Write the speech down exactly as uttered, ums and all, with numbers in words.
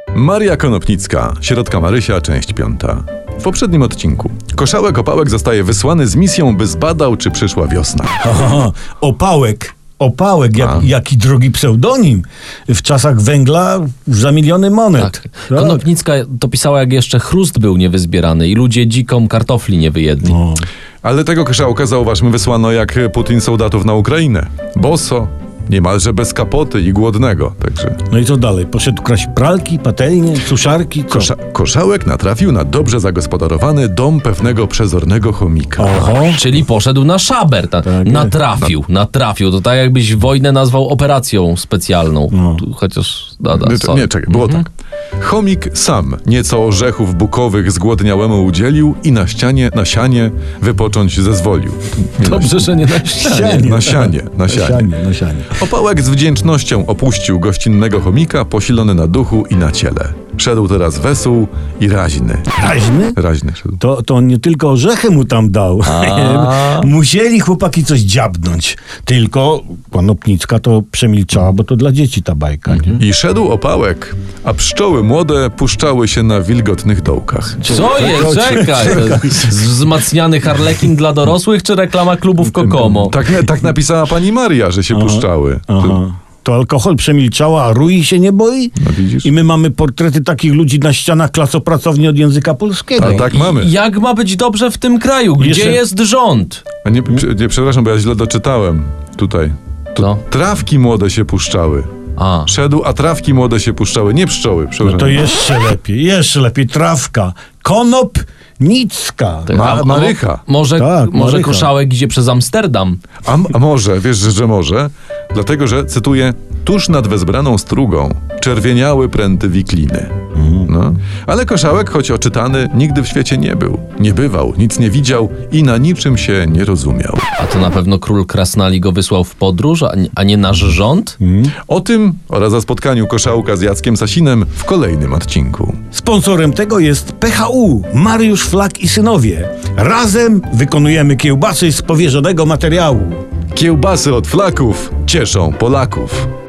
Maria Konopnicka, Sierotka Marysia, część piąta. W poprzednim odcinku Koszałek Opałek zostaje wysłany z misją, by zbadał, czy przyszła wiosna. Aha, Opałek. Opałek, jak, jaki drogi pseudonim. W czasach węgla za miliony monet. Tak. Konopnicka to pisała, jak jeszcze chrust był niewyzbierany i ludzie dziką kartofli nie wyjedli. No. Ale tego Koszałka, zauważmy, wysłano jak Putin soldatów na Ukrainę. Boso, niemalże bez kapoty i głodnego, także... No i co dalej? Poszedł kraść pralki, patelnie, suszarki, co? Kosza Koszałek natrafił na dobrze zagospodarowany dom pewnego przezornego chomika. Oho. Czyli poszedł na szaber. Ta, Tak natrafił, natrafił. To tak jakbyś wojnę nazwał operacją specjalną. No. Tu, chociaż... Da, da, Nie, sorry. nie, czekaj, było Mhm. tak. Chomik sam nieco orzechów bukowych zgłodniałemu udzielił i na ścianie, na sianie wypocząć zezwolił. Dobrze, że nie na ścianie. Na sianie, na sianie. sianie, na sianie. Opałek z wdzięcznością opuścił gościnnego chomika, posilony na duchu i na ciele. Szedł teraz wesół i raźny. Raźny? Raźny szedł. To, to on nie tylko orzechy mu tam dał. A. Musieli chłopaki coś dziabnąć. Tylko Konopnicka to przemilczała, bo to dla dzieci ta bajka. Nie? I szedł Opałek, a pszczoły młode puszczały się na wilgotnych dołkach. Co jest? Czekaj. To wzmacniany harlekin dla dorosłych, czy reklama klubów Kokomo? Tak, tak napisała pani Maria, że się Aha. puszczały. Aha. To alkohol przemilczała, a rui się nie boi? No widzisz? I my mamy portrety takich ludzi na ścianach klasopracowni od języka polskiego. A tak mamy. Jak ma być dobrze w tym kraju? Gdzie Jeszcze- jest rząd? A nie, nie, przepraszam, bo ja źle doczytałem tutaj. Tu Co? trawki młode się puszczały. A. Szedł, a trawki młode się puszczały, nie pszczoły. No Przepraszam. to jeszcze lepiej, jeszcze lepiej. Trawka. Konopnicka. Ma- A- a- Marycha. Może, Tak, może Marycha. Koszałek idzie przez Amsterdam. A, a może, wiesz, że, że może? Dlatego, że, cytuję, tuż nad wezbraną strugą czerwieniały pręty wikliny. No. Ale Koszałek, choć oczytany, nigdy w świecie nie był. Nie bywał, nic nie widział i na niczym się nie rozumiał. A to na pewno król Krasnali go wysłał w podróż, a nie, a nie nasz rząd? O tym oraz o spotkaniu Koszałka z Jackiem Sasinem w kolejnym odcinku. Sponsorem tego jest P H U, Mariusz Flak i synowie. Razem wykonujemy kiełbasy z powierzonego materiału. Kiełbasy od flaków cieszą Polaków.